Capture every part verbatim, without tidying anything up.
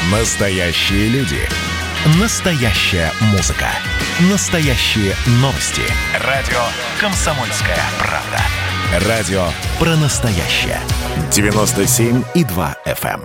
Настоящие люди. Настоящая музыка. Настоящие новости. Радио «Комсомольская правда». Радио про настоящее. девяносто семь и два эф эм.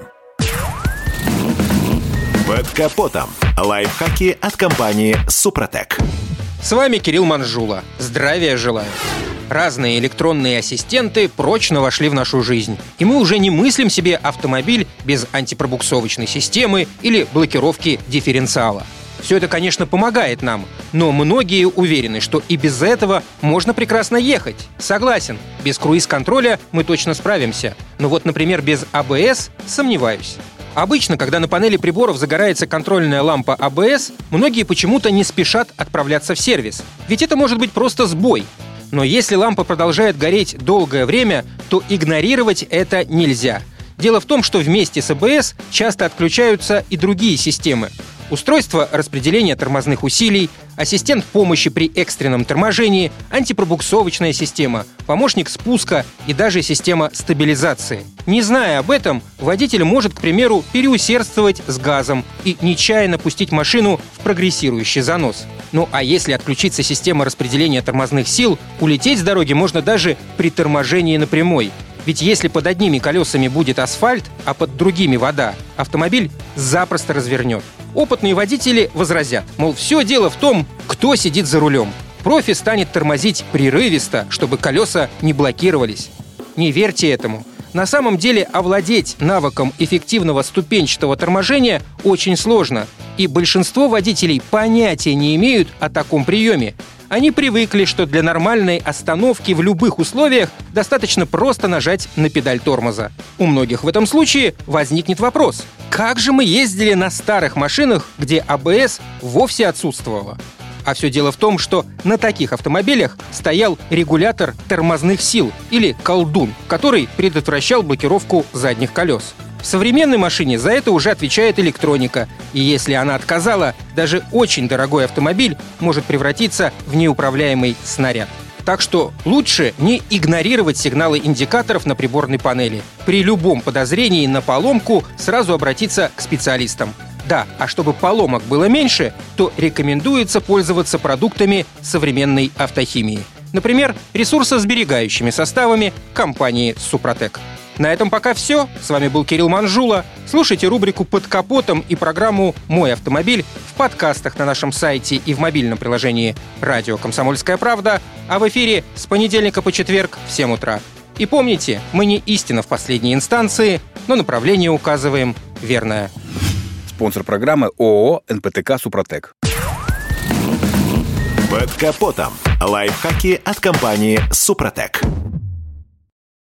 Под капотом. Лайфхаки от компании «Супротек». С вами Кирилл Манжула. Здравия желаю. Разные электронные ассистенты прочно вошли в нашу жизнь, и мы уже не мыслим себе автомобиль без антипробуксовочной системы или блокировки дифференциала. Все это, конечно, помогает нам, но многие уверены, что и без этого можно прекрасно ехать. Согласен, без круиз-контроля мы точно справимся, но вот, например, без а бэ эс сомневаюсь. Обычно, когда на панели приборов загорается контрольная лампа а бэ эс, многие почему-то не спешат отправляться в сервис, ведь это может быть просто сбой. Но если лампа продолжает гореть долгое время, то игнорировать это нельзя. Дело в том, что вместе с а бэ эс часто отключаются и другие системы. Устройство распределения тормозных усилий, ассистент помощи при экстренном торможении, антипробуксовочная система, помощник спуска и даже система стабилизации. Не зная об этом, водитель может, к примеру, переусердствовать с газом и нечаянно пустить машину в прогрессирующий занос. Ну а если отключится система распределения тормозных сил, улететь с дороги можно даже при торможении на прямой. Ведь если под одними колесами будет асфальт, а под другими вода, автомобиль запросто развернет. Опытные водители возразят, мол, все дело в том, кто сидит за рулем. Профи станет тормозить прерывисто, чтобы колеса не блокировались. Не верьте этому. На самом деле овладеть навыком эффективного ступенчатого торможения очень сложно, и большинство водителей понятия не имеют о таком приеме. Они привыкли, что для нормальной остановки в любых условиях достаточно просто нажать на педаль тормоза. У многих в этом случае возникнет вопрос: как же мы ездили на старых машинах, где а бэ эс вовсе отсутствовало? А все дело в том, что на таких автомобилях стоял регулятор тормозных сил, или колдун, который предотвращал блокировку задних колес. В современной машине за это уже отвечает электроника, и если она отказала, даже очень дорогой автомобиль может превратиться в неуправляемый снаряд. Так что лучше не игнорировать сигналы индикаторов на приборной панели. При любом подозрении на поломку сразу обратиться к специалистам. Да, а чтобы поломок было меньше, то рекомендуется пользоваться продуктами современной автохимии. Например, ресурсосберегающими составами компании «Супротек». На этом пока все. С вами был Кирилл Манжула. Слушайте рубрику «Под капотом» и программу «Мой автомобиль» в подкастах на нашем сайте и в мобильном приложении «Радио Комсомольская правда», а в эфире с понедельника по четверг в семь утра. И помните, мы не истина в последней инстанции, но направление указываем верное. Спонсор программы ООО эн пэ тэ ка «Супротек». Под капотом. Лайфхаки от компании «Супротек».